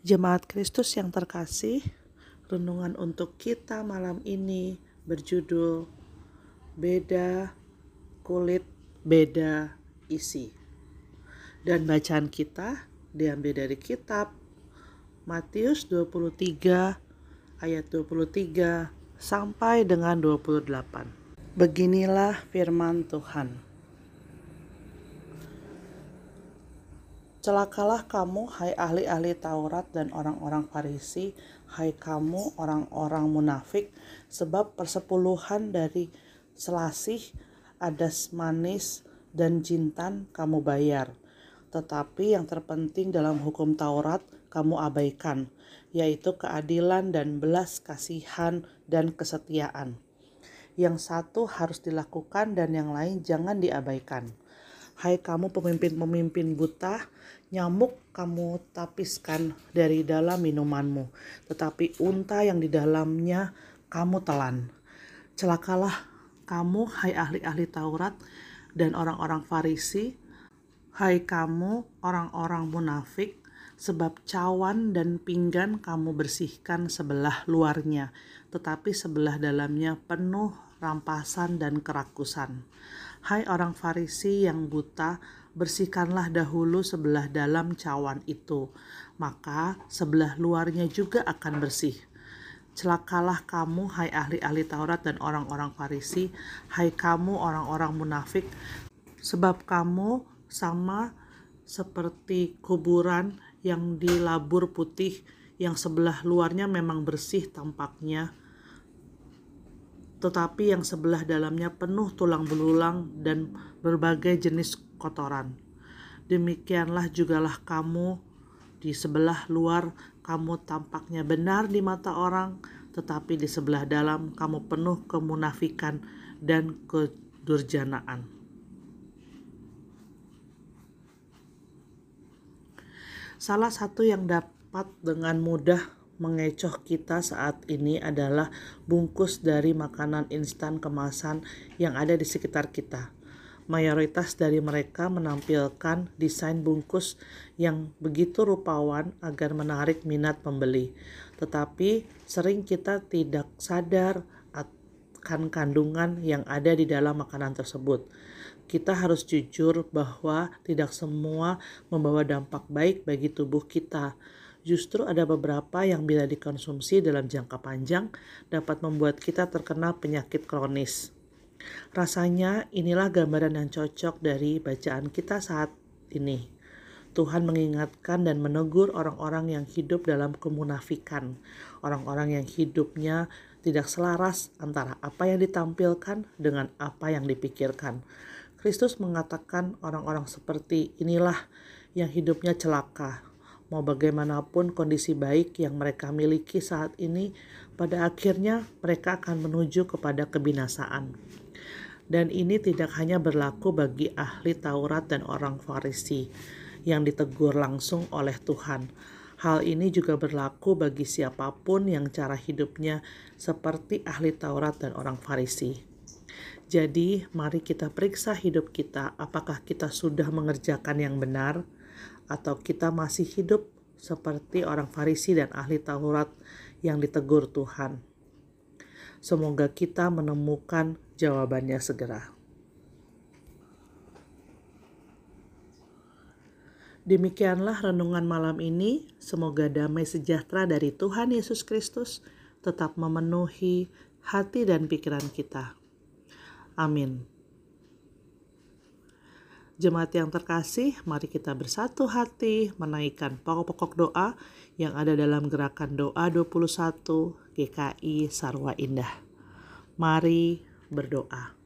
Jemaat Kristus yang terkasih, renungan untuk kita malam ini berjudul Beda Kulit, Beda Isi. Dan bacaan kita diambil dari kitab Matius 23 ayat 23 sampai dengan 28. Beginilah firman Tuhan. Celakalah kamu, hai ahli-ahli Taurat dan orang-orang Farisi, hai kamu orang-orang munafik, sebab persepuluhan dari selasih, adas manis, dan jintan kamu bayar. Tetapi yang terpenting dalam hukum Taurat kamu abaikan, yaitu keadilan dan belas kasihan dan kesetiaan. Yang satu harus dilakukan dan yang lain jangan diabaikan. Hai kamu pemimpin-pemimpin buta, nyamuk kamu tapiskan dari dalam minumanmu, tetapi unta yang di dalamnya kamu telan. Celakalah kamu, hai ahli-ahli Taurat dan orang-orang Farisi, hai kamu orang-orang munafik, sebab cawan dan pinggan kamu bersihkan sebelah luarnya, tetapi sebelah dalamnya penuh rampasan dan kerakusan. Hai orang Farisi yang buta, bersihkanlah dahulu sebelah dalam cawan itu, maka sebelah luarnya juga akan bersih. Celakalah kamu, hai ahli-ahli Taurat dan orang-orang Farisi, hai kamu orang-orang munafik, sebab kamu sama seperti kuburan yang dilabur putih, yang sebelah luarnya memang bersih tampaknya, tetapi yang sebelah dalamnya penuh tulang belulang dan berbagai jenis kotoran. Demikianlah jugalah kamu, di sebelah luar kamu tampaknya benar di mata orang, tetapi di sebelah dalam kamu penuh kemunafikan dan kedurjanaan. Salah satu yang dapat dengan mudah mengecoh kita saat ini adalah bungkus dari makanan instan kemasan yang ada di sekitar kita. Mayoritas dari mereka menampilkan desain bungkus yang begitu rupawan agar menarik minat pembeli. Tetapi sering kita tidak sadar akan kandungan yang ada di dalam makanan tersebut. Kita harus jujur bahwa tidak semua membawa dampak baik bagi tubuh kita. Justru ada beberapa yang bila dikonsumsi dalam jangka panjang dapat membuat kita terkena penyakit kronis. Rasanya inilah gambaran yang cocok dari bacaan kita saat ini. Tuhan mengingatkan dan menegur orang-orang yang hidup dalam kemunafikan, orang-orang yang hidupnya tidak selaras antara apa yang ditampilkan dengan apa yang dipikirkan. Kristus mengatakan orang-orang seperti inilah yang hidupnya celaka. Mau bagaimanapun kondisi baik yang mereka miliki saat ini, pada akhirnya mereka akan menuju kepada kebinasaan. Dan ini tidak hanya berlaku bagi ahli Taurat dan orang Farisi yang ditegur langsung oleh Tuhan. Hal ini juga berlaku bagi siapapun yang cara hidupnya seperti ahli Taurat dan orang Farisi. Jadi, mari kita periksa hidup kita, apakah kita sudah mengerjakan yang benar, atau kita masih hidup seperti orang Farisi dan ahli Taurat yang ditegur Tuhan. Semoga kita menemukan jawabannya segera. Demikianlah renungan malam ini. Semoga damai sejahtera dari Tuhan Yesus Kristus tetap memenuhi hati dan pikiran kita. Amin. Jemaat yang terkasih, mari kita bersatu hati menaikkan pokok-pokok doa yang ada dalam gerakan doa 21 GKI Sarwa Indah. Mari berdoa.